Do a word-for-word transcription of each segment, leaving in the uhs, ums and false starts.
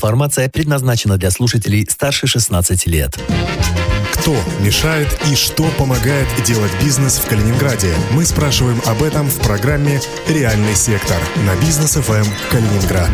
информация предназначена для слушателей старше шестнадцати лет. Кто мешает и что помогает делать бизнес в Калининграде? Мы спрашиваем об этом в программе «Реальный сектор» на Бизнес эф эм Калининград.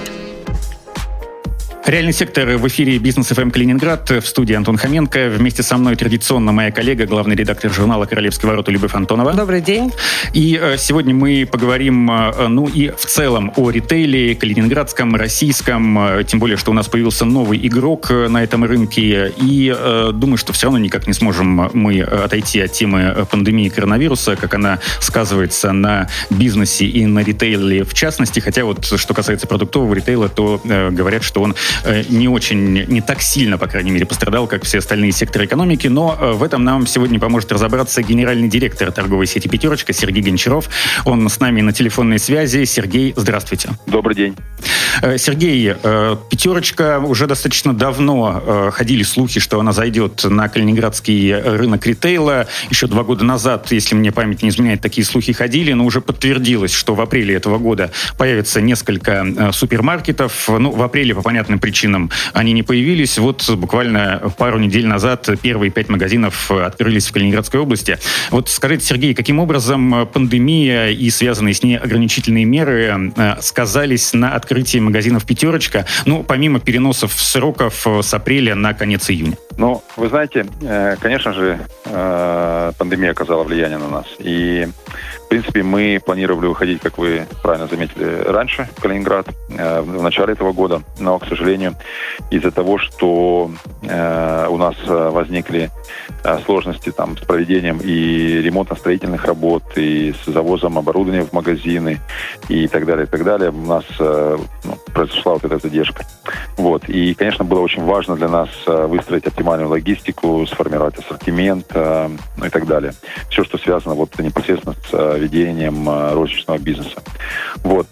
Реальный сектор в эфире Бизнес эф эм Калининград. В студии Антон Хоменко. Вместе со мной традиционно моя коллега, главный редактор журнала «Королевские ворота» Любовь Антонова. Добрый день. И э, сегодня мы поговорим, э, ну и в целом о ритейле калининградском, российском. Э, тем более, что у нас появился новый игрок э, на этом рынке. И э, думаю, что все равно никак не сможем мы отойти от темы пандемии коронавируса, как она сказывается на бизнесе и на ритейле в частности. Хотя вот что касается продуктового ритейла, то э, говорят, что он не очень, не так сильно, по крайней мере, пострадал, как все остальные секторы экономики, но в этом нам сегодня поможет разобраться генеральный директор торговой сети «Пятерочка» Сергей Гончаров. Он с нами на телефонной связи. Сергей, здравствуйте. Добрый день. Сергей, «Пятерочка» уже достаточно давно ходили слухи, что она зайдет на калининградский рынок ритейла. Еще два года назад, если мне память не изменяет, такие слухи ходили, но уже подтвердилось, что в апреле этого года появится несколько супермаркетов. Ну, в апреле, по понятным причинам, они не появились. Вот буквально пару недель назад первые пять магазинов открылись в Калининградской области. Вот скажите, Сергей, каким образом пандемия и связанные с ней ограничительные меры сказались на открытии магазинов «Пятерочка», ну, помимо переносов сроков с апреля на конец июня? Ну, вы знаете, конечно же, пандемия оказала влияние на нас. И, в принципе, мы планировали выходить, как вы правильно заметили, раньше в Калининград, в начале этого года. Но, к сожалению, из-за того, что у нас возникли сложности там, с проведением и ремонтно-строительных работ, и с завозом оборудования в магазины, и так далее, и так далее, у нас ну, произошла вот эта задержка. Вот. И, конечно, было очень важно для нас выстроить оптимальную логистику, сформировать ассортимент, ну и так далее. Все, что связано вот непосредственно с ведением розничного бизнеса. Вот.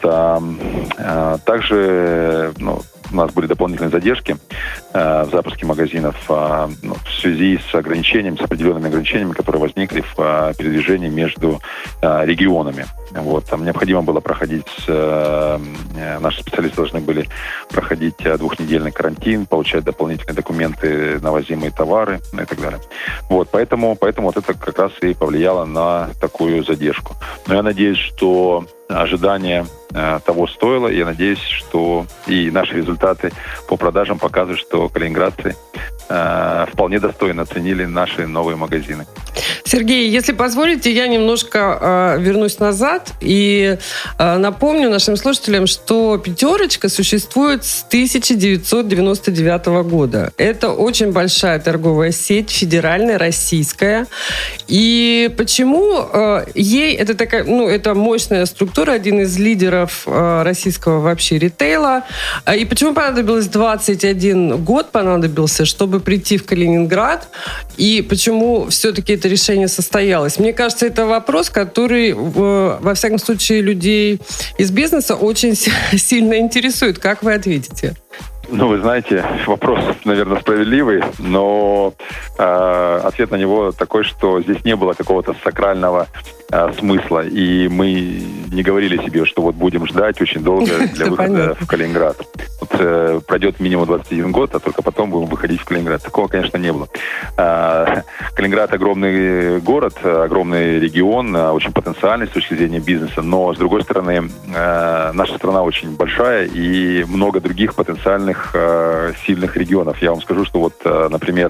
Также, ну, у нас были дополнительные задержки э, в запуске магазинов э, ну, в связи с ограничениями, с определенными ограничениями, которые возникли в э, передвижении между э, регионами. Вот. Там необходимо было проходить, э, наши специалисты должны были проходить двухнедельный карантин, получать дополнительные документы на возимые товары, ну, и так далее. Вот. Поэтому, поэтому вот это как раз и повлияло на такую задержку. Но я надеюсь, что ожидание э, того стоило. Я надеюсь, что и наши результаты по продажам показывают, что калининградцы э, вполне достойно оценили наши новые магазины. Сергей, если позволите, я немножко э, вернусь назад и э, напомню нашим слушателям, что «Пятерочка» существует с тысяча девятьсот девяносто девятого года. Это очень большая торговая сеть, федеральная, российская. И почему э, ей, это такая, ну, это мощная структура, один из лидеров э, российского вообще ритейла. И почему понадобилось двадцать один год понадобился, чтобы прийти в Калининград? И почему все-таки это решение состоялось? Мне кажется, это вопрос, который, во всяком случае, людей из бизнеса очень сильно интересует. Как вы ответите? Ну, вы знаете, вопрос, наверное, справедливый, но э, ответ на него такой, что здесь не было какого-то сакрального э, смысла, и мы не говорили себе, что вот будем ждать очень долго для выхода в Калининград. Вот, э, пройдет минимум двадцать один год, а только потом будем выходить в Калининград. Такого, конечно, не было. Э, Калининград огромный город, огромный регион, очень потенциальный с точки зрения бизнеса, но, с другой стороны, э, наша страна очень большая и много других потенциальных сильных регионов. Я вам скажу, что вот, например,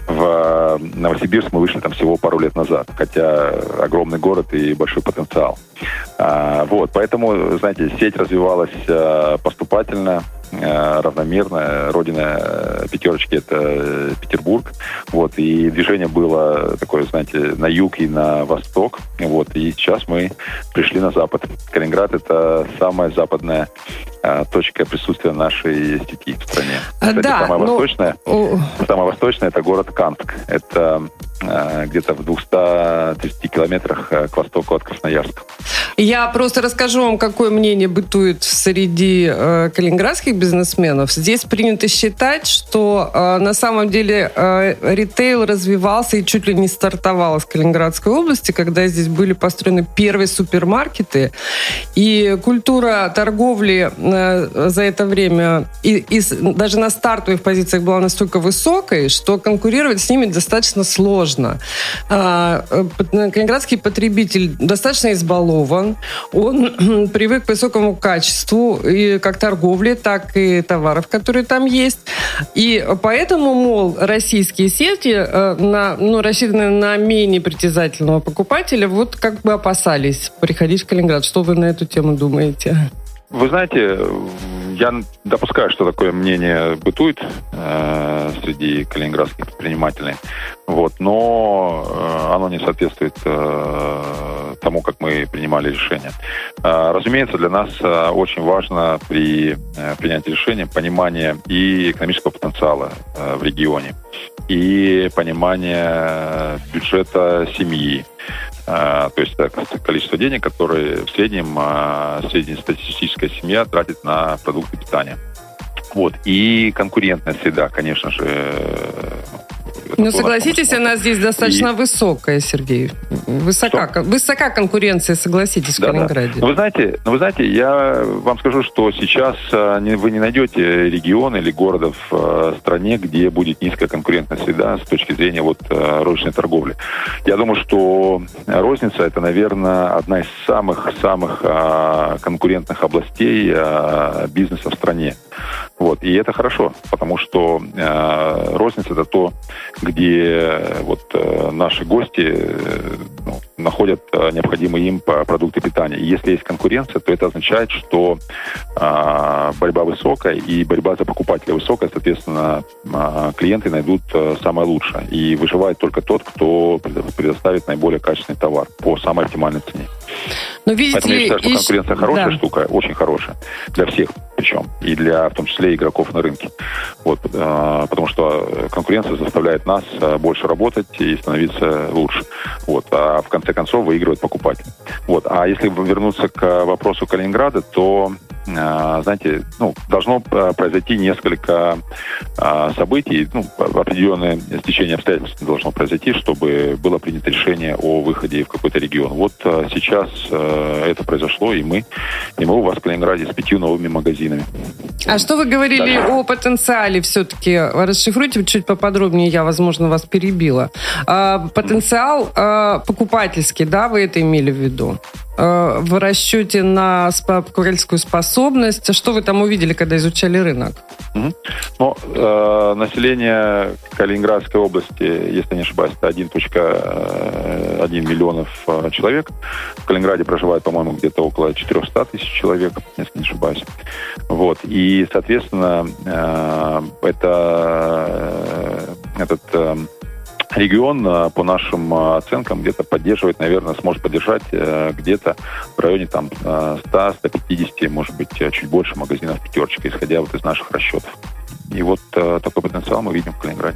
в Новосибирск мы вышли там всего пару лет назад, хотя огромный город и большой потенциал. Вот, поэтому, знаете, сеть развивалась поступательно, равномерно. Родина «Пятерочки» — это Петербург. Вот, и движение было такое, знаете, на юг и на восток. Вот, и сейчас мы пришли на запад. Калининград — это самая западная а, точка присутствия нашей сети в стране. Кстати, да, самая, но... восточная, самая восточная — это город Канск. Это где-то в двухстах тридцати километрах к востоку от Красноярска. Я просто расскажу вам, какое мнение бытует среди э, калининградских бизнесменов. Здесь принято считать, что э, на самом деле э, ритейл развивался и чуть ли не стартовал в Калининградской области, когда здесь были построены первые супермаркеты. И культура торговли э, за это время и, и даже на стартовых позициях была настолько высокой, что конкурировать с ними достаточно сложно. Э, э, калининградский потребитель достаточно избалован. Он привык к высокому качеству и как торговли, так и товаров, которые там есть. И поэтому, мол, российские сети, на, ну, рассчитанные на менее притязательного покупателя, вот как бы опасались приходить в Калининград. Что вы на эту тему думаете? Вы знаете, я допускаю, что такое мнение бытует э, среди калининградских предпринимателей, вот, но э, оно не соответствует э, тому, как мы принимали решение. Э, разумеется, для нас э, очень важно при э, принятии решения понимание и экономического потенциала э, в регионе, и понимание бюджета семьи. Uh, то есть это количество денег, которые в среднем uh, среднестатистическая семья тратит на продукты питания. Вот. И конкурентная среда, конечно же. Ну, согласитесь, она здесь достаточно и... высокая, Сергей. Высока, высока конкуренция, согласитесь, да, в Калининграде. Да. Но вы знаете, но вы знаете, я вам скажу, что сейчас вы не найдете региона или города в стране, где будет низкая конкурентная среда с точки зрения вот розничной торговли. Я думаю, что розница — это, наверное, одна из самых-самых конкурентных областей бизнеса в стране. Вот. И это хорошо, потому что э, розница — это то, где вот э, наши гости э, ну, находят э, необходимые им продукты питания. И если есть конкуренция, то это означает, что э, борьба высокая и борьба за покупателя высокая, соответственно, э, клиенты найдут э, самое лучшее. И выживает только тот, кто предоставит наиболее качественный товар по самой оптимальной цене. Но видите, поэтому я считаю, что конкуренция хорошая да. штука, очень хорошая для всех, причем и для, в том числе, игроков на рынке. Вот, э, потому что конкуренция заставляет нас больше работать и становиться лучше. Вот, а в конце концов выигрывает покупатель. Вот, а если вернуться к вопросу Калининграда, то знаете, ну, должно произойти несколько а, событий, ну, определенное стечение обстоятельств должно произойти, чтобы было принято решение о выходе в какой-то регион. Вот а, сейчас а, это произошло, и мы, и мы у вас в Калининграде с пятью новыми магазинами. А что вы говорили да. о потенциале все-таки? Расшифруйте чуть поподробнее, я, возможно, вас перебила. А, потенциал а, покупательский, да, вы это имели в виду? В расчете на покупательскую способность. Что вы там увидели, когда изучали рынок? Mm-hmm. Ну, э, население Калининградской области, если не ошибаюсь, это один целых один миллионов э, человек. В Калининграде проживает, по-моему, где-то около четыреста тысяч человек, если не ошибаюсь. Вот. И, соответственно, э, это, э, этот... Э, регион, по нашим оценкам, где-то поддерживает, наверное, сможет поддержать где-то в районе там сто - сто пятьдесят, может быть, чуть больше магазинов «Пятерочка», исходя вот из наших расчетов. И вот такой потенциал мы видим в Калининграде.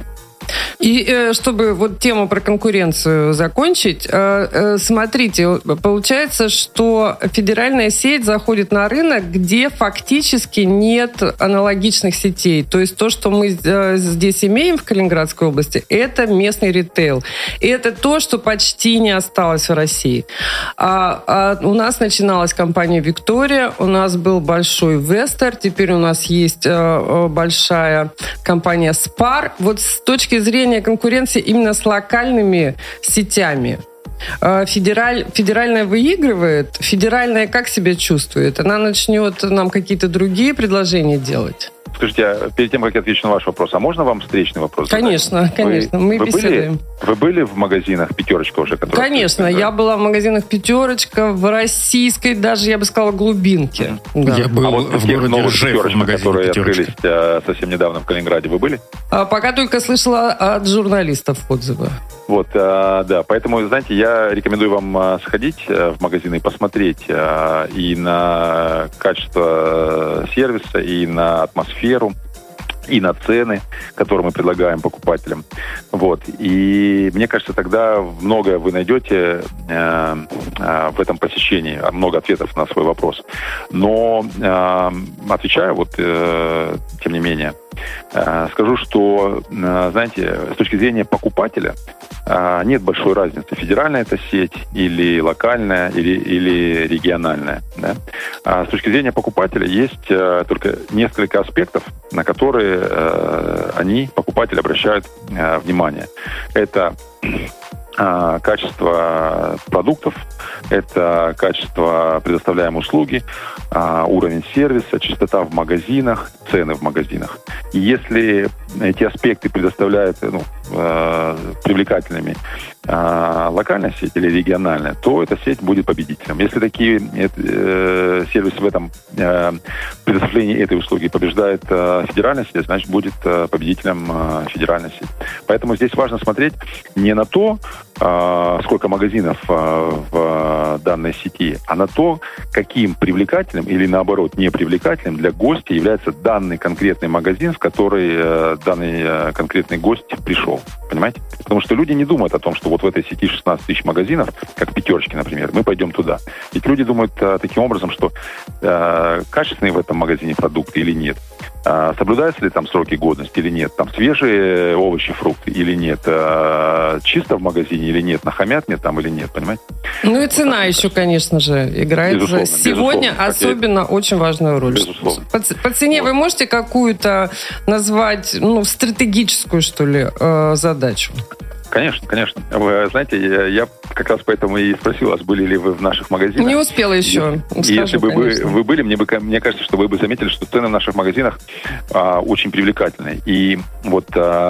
И чтобы вот тему про конкуренцию закончить, смотрите, получается, что федеральная сеть заходит на рынок, где фактически нет аналогичных сетей. То есть то, что мы здесь имеем в Калининградской области, это местный ритейл. И это то, что почти не осталось в России. А, а у нас начиналась компания «Виктория», у нас был большой «Вестер», теперь у нас есть большая компания «Спар». Вот с точки зрения конкуренции именно с локальными сетями. Федераль, федеральная выигрывает. Федеральная как себя чувствует? Она начнет нам какие-то другие предложения делать? Скажите, а перед тем, как я отвечу на ваш вопрос, а можно вам встречный вопрос? Конечно, задать? конечно. Вы, мы вы беседуем. Были, вы были в магазинах «Пятерочка» уже? Конечно, я была в магазинах «Пятерочка», в российской, даже, я бы сказала, глубинке. Mm-hmm. Да. Я был а вот в городе Ржев в магазине которые «Пятерочка». открылись а, совсем недавно в Калининграде, вы были? А, пока только слышала от журналистов отзывы. Вот, а, да, поэтому, знаете, я рекомендую вам а, сходить а, в магазины и посмотреть а, и на качество сервиса, и на атмосферу, и на цены, которые мы предлагаем покупателям. Вот. И мне кажется, тогда многое вы найдете э, э, в этом посещении, много ответов на свой вопрос. Но э, отвечая, вот, э, тем не менее, э, скажу, что, э, знаете, с точки зрения покупателя э, нет большой разницы, федеральная это сеть или локальная, или, или региональная. Да? А с точки зрения покупателя есть э, только несколько аспектов, на которые э, они, покупатели, обращают э, внимание. Это э, качество продуктов, это качество предоставляемой услуги, э, уровень сервиса, частота в магазинах, цены в магазинах. И если эти аспекты предоставляют ну, э, привлекательными э, локальная сеть или региональная, то эта сеть будет победителем. Если такие э, сервисы в этом э, предоставлении этой услуги побеждает э, федеральная сеть, значит, будет э, победителем э, федеральная сеть. Поэтому здесь важно смотреть не на то, э, сколько магазинов э, в данной сети, а на то, каким привлекательным или, наоборот, непривлекательным для гостя является данный конкретный магазин, в который э, данный э, конкретный гость пришел. Понимаете? Потому что люди не думают о том, что вот в этой сети шестнадцать тысяч магазинов, как пятерочки, например, мы пойдем туда. Ведь люди думают э, таким образом, что э, качественные в этом магазине продукты или нет. Э, соблюдаются ли там сроки годности или нет. Там свежие овощи, фрукты или нет. Э, чисто в магазине или нет. Нахамят мне там или нет. Понимаете? Ну и цена вот еще, конечно же, играет безусловно, сегодня безусловно. особенно Хотя... очень важную роль. Безусловно. По, по цене вот. Вы можете какую-то назвать ну, стратегическую, что ли, э, задачу? Конечно, конечно. Вы знаете, я, я как раз поэтому и спросил вас, были ли вы в наших магазинах. Не успела еще. Если, скажу, если бы вы, вы были, мне, бы, мне кажется, что вы бы заметили, что цены в наших магазинах а, очень привлекательные. И вот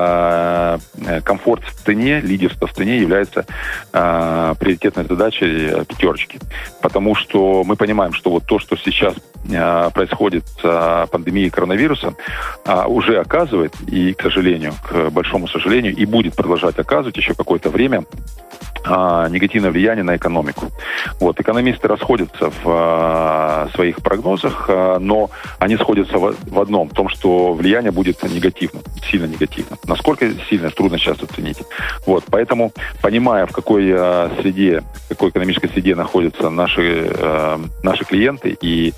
а, комфорт в цене, лидерство в цене является а, приоритетной задачей пятерочки. Потому что мы понимаем, что вот то, что сейчас а, происходит с а, пандемией коронавируса, а, уже оказывает, и, к сожалению, к большому сожалению, и будет продолжать оказывать еще какое-то время а, негативное влияние на экономику. Вот, экономисты расходятся в а, своих прогнозах, а, но они сходятся в, в одном, в том, что влияние будет негативным, сильно негативным. Насколько сильно, трудно сейчас оценить. Вот, поэтому, понимая, в какой а, среде, в какой экономической среде находятся наши, а, наши клиенты и,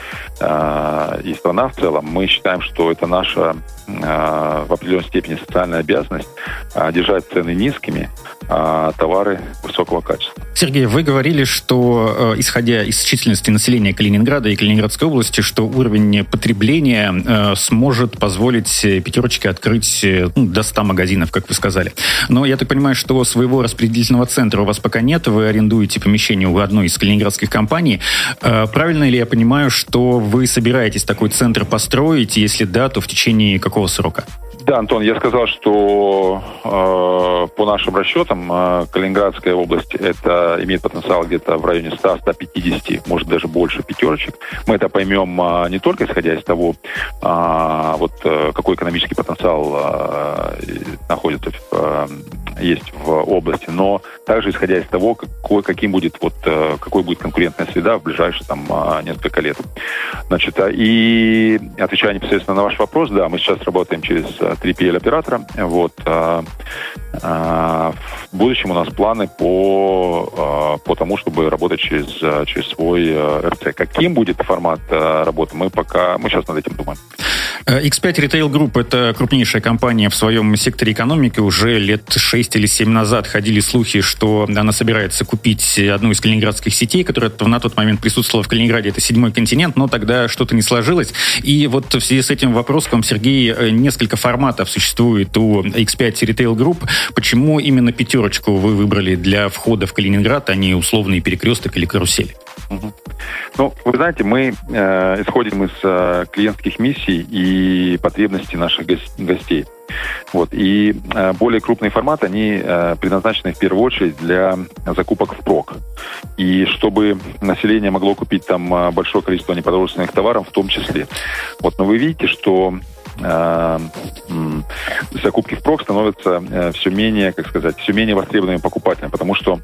а, и страна в целом, мы считаем, что это наша а, в определенной степени социальная обязанность а, держать цены низкими, а товары высокого качества. Сергей, вы говорили, что, э, исходя из численности населения Калининграда и Калининградской области, что уровень потребления э, сможет позволить пятерочке открыть э, ну, до ста магазинов, как вы сказали. Но я так понимаю, что своего распределительного центра у вас пока нет, вы арендуете помещение у одной из калининградских компаний. Э, правильно ли я понимаю, что вы собираетесь такой центр построить, и если да, то в течение какого срока? Да, Антон, я сказал, что э, по нашим расчетам э, Калининградская область это имеет потенциал где-то в районе ста - ста пятидесяти, может даже больше пятерочек. Мы это поймем э, не только исходя из того, э, вот, э, какой экономический потенциал э, находится, э, есть в области, но также исходя из того, какой, каким будет, вот, э, какой будет конкурентная среда в ближайшие там, э, несколько лет. Значит, и отвечая непосредственно на ваш вопрос, да, мы сейчас работаем через три пи эл-оператора. Вот. А, а, в будущем у нас планы по, а, по тому, чтобы работать через, через свой эр цэ. Каким будет формат а, работы, мы пока мы сейчас над этим думаем. икс пять Retail Group – это крупнейшая компания в своем секторе экономики. Уже лет шесть или семь назад ходили слухи, что она собирается купить одну из калининградских сетей, которая на тот момент присутствовала в Калининграде. Это «Седьмой континент», но тогда что-то не сложилось. И вот в связи с этим вопросом, Сергей, несколько форматов существует у икс пять Retail Group. Почему именно пятерочку вы выбрали для входа в Калининград, а не условный Перекресток или Карусель? Угу. Ну, вы знаете, мы э, исходим из э, клиентских миссий и потребностей наших гостей. Вот. И э, более крупные форматы, они э, предназначены в первую очередь для закупок впрок. И чтобы население могло купить там большое количество непродовольственных товаров в том числе. Вот. Но вы видите, что закупки впрок становятся все менее, как сказать, все менее востребованными покупателями, потому что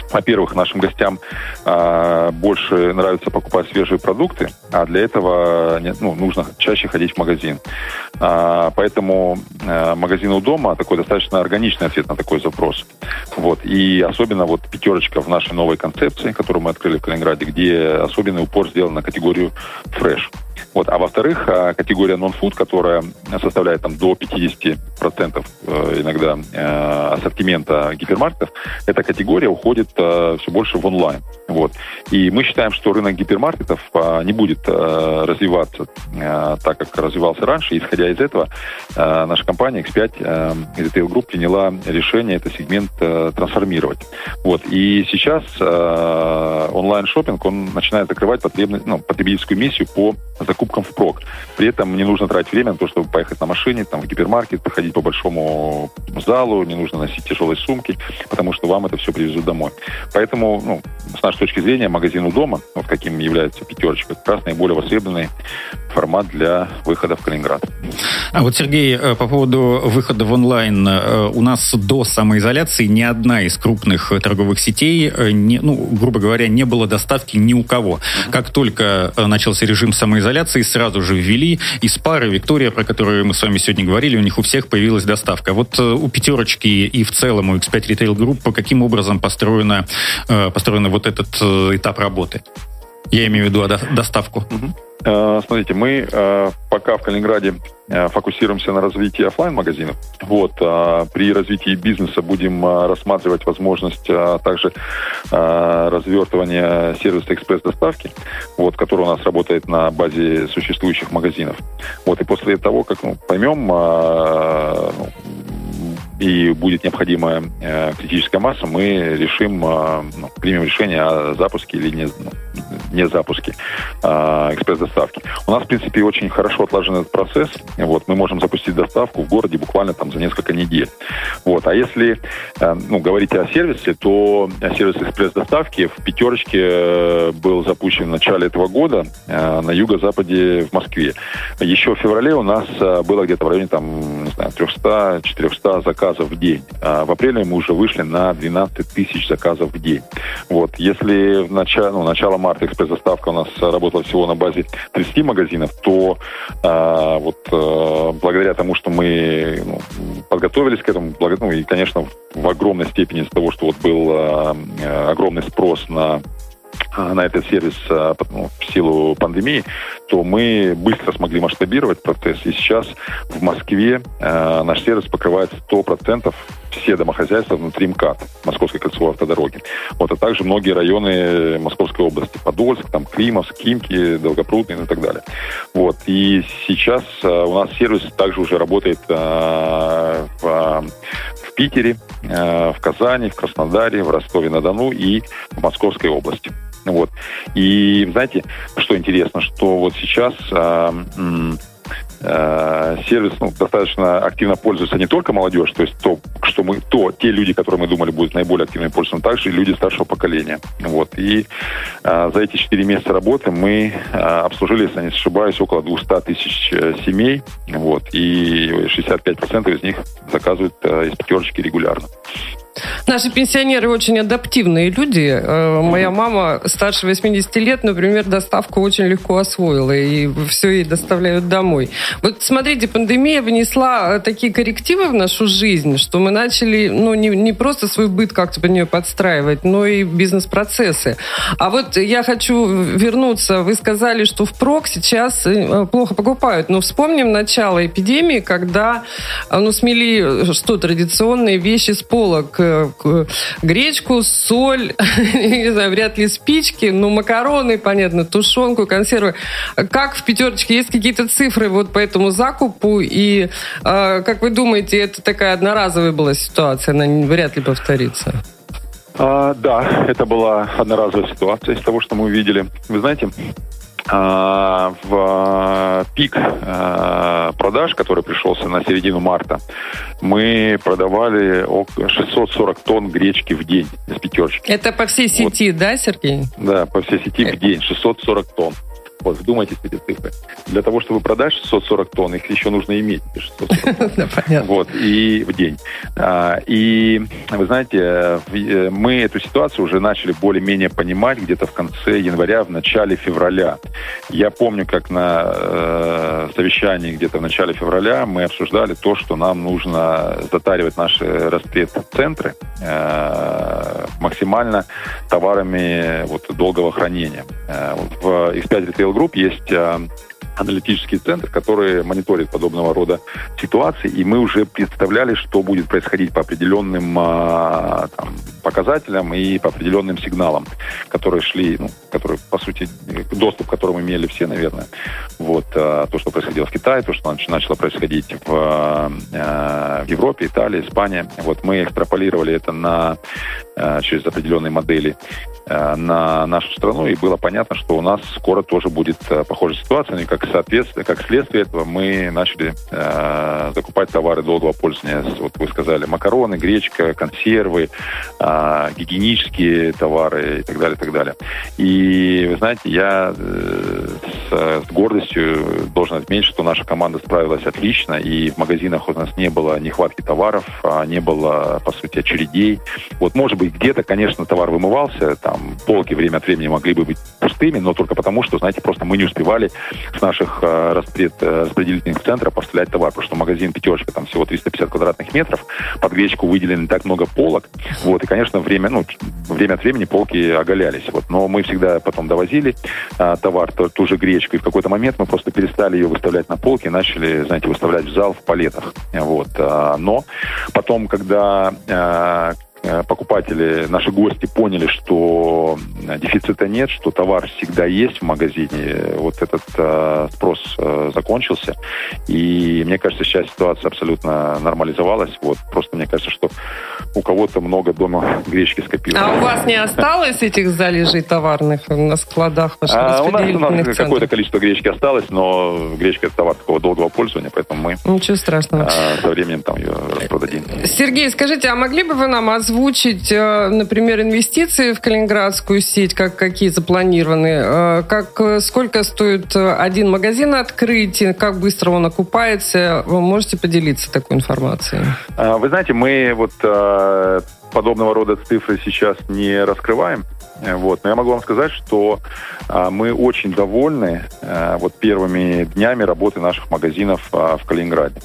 Во-первых, нашим гостям а, больше нравится покупать свежие продукты, а для этого ну, нужно чаще ходить в магазин. А, поэтому а, магазин у дома такой достаточно органичный ответ на такой запрос. Вот. И особенно вот пятерочка в нашей новой концепции, которую мы открыли в Калининграде, где особенный упор сделан на категорию фреш. Вот. А во-вторых, категория нон-фуд, которая составляет там, до пятьдесят процентов э, иногда э, ассортимента гипермаркетов, эта категория уходит э, все больше в онлайн. Вот. И мы считаем, что рынок гипермаркетов э, не будет э, развиваться э, так, как развивался раньше. И, исходя из этого, э, наша компания икс пять э, Retail Group приняла решение этот сегмент э, трансформировать. Вот. И сейчас э, онлайн-шоппинг, он начинает закрывать потребность, ну, потребительскую миссию по закупкам впрок. При этом не нужно тратить время на то, чтобы поехать на машине, там, в гипермаркет, походить по большому залу, не нужно носить тяжелые сумки, потому что вам это все привезут домой. Поэтому, ну, с нашей точки зрения, магазин у дома, вот каким является пятерочка, как раз наиболее востребованный формат для выхода в Калининград. А вот, Сергей, по поводу выхода в онлайн. У нас до самоизоляции ни одна из крупных торговых сетей, не, ну, грубо говоря, не было доставки ни у кого. Как только начался режим самоизоляции, сразу же ввели. И Спар, и Виктория, про которые мы с вами сегодня говорили, у них у всех появилась доставка. Вот у пятерочки и в целом у икс пять Retail Group каким образом построена, построена вот этот этап работы? Я имею в виду доставку. Uh-huh. Смотрите, мы пока в Калининграде фокусируемся на развитии офлайн-магазинов. Вот, при развитии бизнеса будем рассматривать возможность также развертывания сервиса экспресс-доставки, вот, который у нас работает на базе существующих магазинов. Вот, и после того, как ну, поймем, ну, и будет необходимая э, критическая масса, мы решим, э, ну, примем решение о запуске или не, ну, не запуске э, экспресс-доставки. У нас, в принципе, очень хорошо отлажен этот процесс. Вот, мы можем запустить доставку в городе буквально там за несколько недель. Вот, а если э, ну, говорить о сервисе, то сервис экспресс-доставки в пятерочке был запущен в начале этого года э, на юго-западе в Москве. Еще в феврале у нас э, было где-то в районе там, не знаю, триста-четыреста заказов в день. В апреле мы уже вышли на двенадцать тысяч заказов в день. Вот. Если в начале, ну, начало марта экспресс-доставка у нас работала всего на базе тридцати магазинов, то а, вот, а, благодаря тому, что мы ну, подготовились к этому, благо, ну, и, конечно, в огромной степени из-за того, что вот был а, огромный спрос на на этот сервис ну, в силу пандемии, то мы быстро смогли масштабировать процесс. И сейчас в Москве э, наш сервис покрывает сто процентов все домохозяйства внутри МКАД, Московской кольцевой автодороги. Вот, а также многие районы Московской области. Подольск, там, Климовск, Химки, Долгопрудный и так далее. Вот. И сейчас э, у нас сервис также уже работает э, в, в Питере, э, в Казани, в Краснодаре, в Ростове-на-Дону и в Московской области. Вот. И знаете, что интересно, что вот сейчас а, м, а, сервис ну, достаточно активно пользуется не только молодежь, то есть то, что мы, то, те люди, которые мы думали будут наиболее активно пользоваться, но также и люди старшего поколения. Вот. И а, за эти четыре месяца работы мы а, обслужили, если я не ошибаюсь, около двести тысяч семей, вот, и шестьдесят пять процентов из них заказывают а, из пятерочки регулярно. Наши пенсионеры очень адаптивные люди. Моя мама старше восьмидесяти лет, например, доставку очень легко освоила, и все ей доставляют домой. Вот смотрите, пандемия внесла такие коррективы в нашу жизнь, что мы начали ну, не, не просто свой быт как-то под нее подстраивать, но и бизнес-процессы. А вот я хочу вернуться. Вы сказали, что впрок сейчас плохо покупают. Но вспомним начало эпидемии, когда ну, смели что, традиционные вещи с полок. Гречку, соль, не знаю, вряд ли спички, но макароны, понятно, тушенку, консервы. Как в пятерочке есть какие-то цифры вот по этому закупу? И э, как вы думаете, это такая одноразовая была ситуация, она вряд ли повторится? А, да, это была одноразовая ситуация из того, что мы увидели. Вы знаете, а, в пик а, продаж, который пришелся на середину марта, мы продавали около шестьсот сорок тонн гречки в день из пятерочки. Это по всей сети, вот. Да, Сергей? Да, по всей сети в день, шестьсот сорок тонн. Вот, вдумайтесь в эти цифры. Для того, чтобы продать шестьсот сорок тонн, их еще нужно иметь. шестьсот сорок тонн. Вот, и в день. И, вы знаете, мы эту ситуацию уже начали более-менее понимать где-то в конце января, в начале февраля. Я помню, как на совещании где-то в начале февраля мы обсуждали то, что нам нужно затаривать наши распредцентры максимально товарами вот, долгого хранения. В икс пять Retail Group есть аналитический центр, который мониторит подобного рода ситуации, и мы уже представляли, что будет происходить по определенным там, показателям и по определенным сигналам, которые шли, ну, которые, по сути, доступ к которым имели все, наверное. Вот, то, что происходило в Китае, то, что начало происходить в, в Европе, Италии, Испании. Вот, мы экстраполировали это на, через определенные модели на нашу страну, и было понятно, что у нас скоро тоже будет похожая ситуация, и как соответствие, как следствие этого мы начали э, закупать товары долгого пользования. Вот вы сказали, макароны, гречка, консервы, э, гигиенические товары и так далее, и так далее. И вы знаете, я э, с, с гордостью должен отметить, что наша команда справилась отлично, и в магазинах у нас не было нехватки товаров, не было, по сути, очередей. Вот, может быть, где-то, конечно, товар вымывался, там полки время от времени могли бы быть пустыми, но только потому, что, знаете, просто мы не успевали с наших э, распред, э, распределительных центров поставлять товар, потому что магазин «Пятерочка» там всего триста пятьдесят квадратных метров, под гречку выделено не так много полок, вот, и, конечно, время, ну, время от времени полки оголялись, вот, но мы всегда потом довозили э, товар, ту, ту же гречку, и в какой-то момент мы просто перестали ее выставлять на полке и начали, знаете, выставлять в зал в палетах, вот, э, но потом, когда э, покупатели, наши гости поняли, что дефицита нет, что товар всегда есть в магазине. Вот этот э, спрос э, закончился. И мне кажется, сейчас ситуация абсолютно нормализовалась. Вот. Просто мне кажется, что у кого-то много дома гречки скопилось. А у вас не осталось этих залежей товарных на складах ваших а, распределительных У нас, у нас центров? Какое-то количество гречки осталось, но гречка — это товар такого долгого пользования, поэтому мы Ничего страшного. А, со временем там ее распродадим. Сергей, скажите, а могли бы вы нам озвучить, например, инвестиции в калининградскую сеть, как какие запланированы? Как, сколько стоит один магазин открыть? Как быстро он окупается? Вы можете поделиться такой информацией? Вы знаете, мы вот подобного рода цифры сейчас не раскрываем. Вот. Но я могу вам сказать, что а, мы очень довольны а, вот первыми днями работы наших магазинов а, в Калининграде.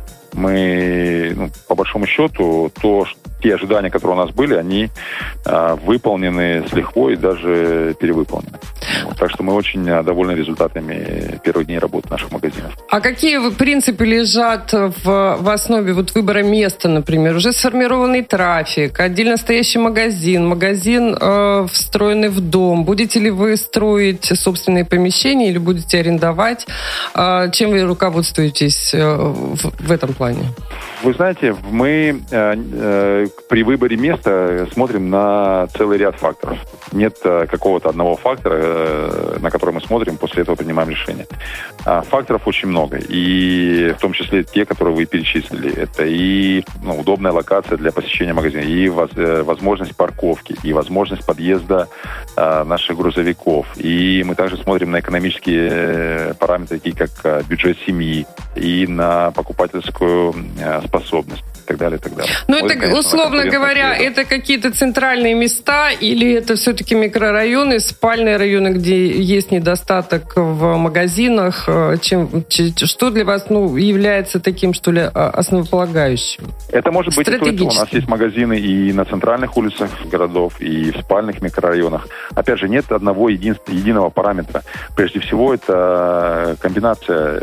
Мы, ну, по большому счету, то, те ожидания, которые у нас были, они а, выполнены с лихвой и даже перевыполнены. Вот. Так что мы очень довольны результатами первых дней работы наших магазинов. А какие принципы лежат в, в основе вот выбора места, например? Уже сформированный трафик, отдельно стоящий магазин, магазин э, встроенный в дом. Будете ли вы строить собственные помещения или будете арендовать? Э, чем вы руководствуетесь э, в, в этом плане? Вы знаете, мы э, э, при выборе места смотрим на целый ряд факторов. Нет э, какого-то одного фактора, э, на который мы смотрим, после этого принимаем решение. А факторов очень много. И в том числе те, которые вы перечислили. Это и ну, удобная локация для посещения магазина, и воз, э, возможность парковки, и возможность подъезда э, наших грузовиков. И мы также смотрим на экономические э, параметры, такие как э, бюджет семьи, и на покупательскую э, способность. И так далее, и так далее. Ну, это, конечно, условно говоря, это какие-то центральные места или это все-таки микрорайоны, спальные районы, где есть недостаток в магазинах? Чем, что для вас ну, является таким, что ли, основополагающим? Это может быть и то, и то. У нас есть магазины и на центральных улицах городов, и в спальных микрорайонах. Опять же, нет одного един, единого параметра. Прежде всего, это комбинация,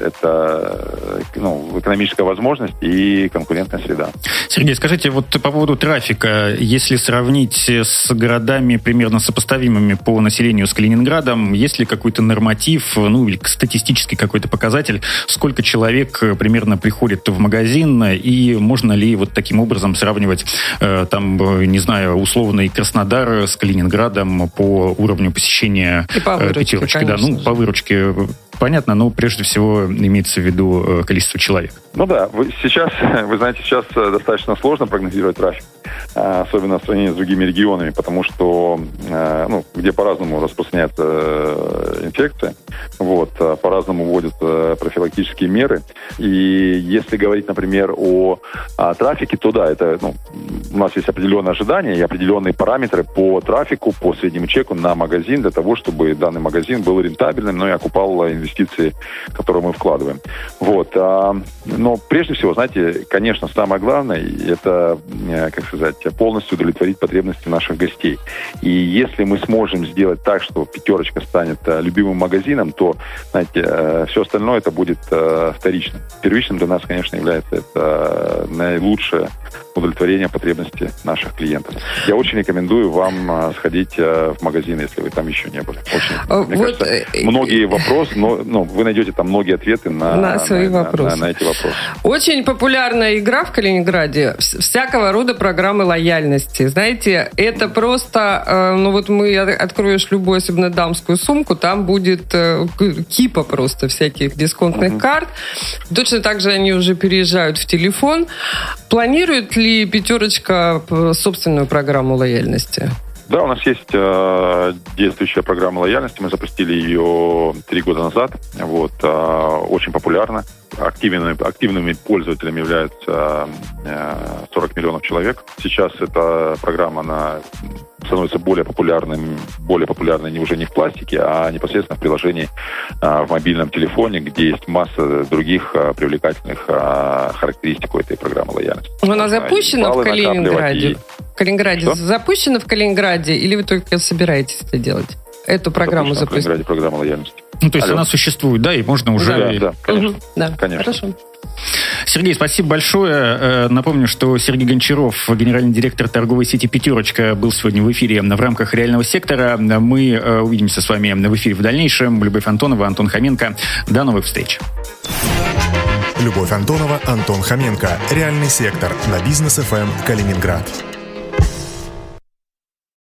это ну, экономическая возможность и конкурентная среда. Сергей, скажите, вот по поводу трафика, если сравнить с городами примерно сопоставимыми по населению с Калининградом, есть ли какой-то норматив, ну или статистический какой-то показатель, сколько человек примерно приходит в магазин, и можно ли вот таким образом сравнивать, там, не знаю, условный Краснодар с Калининградом по уровню посещения пятерочки? Да, ну, по выручке понятно, но прежде всего имеется в виду количество человек. Ну да, вы сейчас, вы знаете, сейчас достаточно сложно прогнозировать трафик. особенно в сравнении с другими регионами, потому что, ну, где по-разному распространяется инфекция, вот, по-разному вводят профилактические меры. И если говорить, например, о, о трафике, то да, это, ну, у нас есть определенные ожидания и определенные параметры по трафику, по среднему чеку на магазин, для того, чтобы данный магазин был рентабельным, но и окупал инвестиции, которые мы вкладываем. Вот. Но прежде всего, знаете, конечно, самое главное, это, как сказать, полностью удовлетворить потребности наших гостей. И если мы сможем сделать так, что «Пятерочка» станет любимым магазином, то, знаете, все остальное это будет вторичным. Первичным для нас, конечно, является это наилучшее удовлетворение потребностей наших клиентов. Я очень рекомендую вам сходить в магазин, если вы там еще не были. Очень, мне вот кажется, многие вопросы, но, ну, вы найдете там многие ответы на, на свои на, вопросы. На, на эти вопросы. Очень популярная игра в Калининграде. Всякого рода программы лояльности. Знаете, это просто, ну вот мы откроешь любую, особенно дамскую сумку, там будет кипа просто всяких дисконтных mm-hmm. карт. Точно так же они уже переезжают в телефон. Планирует ли «Пятерочка» собственную программу лояльности? Да, у нас есть э, действующая программа лояльности. Мы запустили ее три года назад. Вот, э, очень популярна. Активными, активными пользователями являются э, сорок миллионов человек. Сейчас эта программа, она становится более популярным, более популярной уже не в пластике, а непосредственно в приложении э, в мобильном телефоне, где есть масса других э, привлекательных э, характеристик у этой программы лояльности. Она запущена в Калининграде? В Калининграде Что? Запущена в Калининграде, или вы только собираетесь это делать? Эту программу запустить? В Калининграде программа лояльности. Ну, то есть Алло. она существует, да, и можно уже... Да, да, конечно. Угу, да. конечно. Хорошо. Сергей, спасибо большое. Напомню, что Сергей Гончаров, генеральный директор торговой сети «Пятерочка», был сегодня в эфире в рамках реального сектора. Мы увидимся с вами в эфире в дальнейшем. Любовь Антонова, Антон Хоменко. До новых встреч. Любовь Антонова, Антон Хоменко. Реальный сектор на Бизнес эф эм Калининград.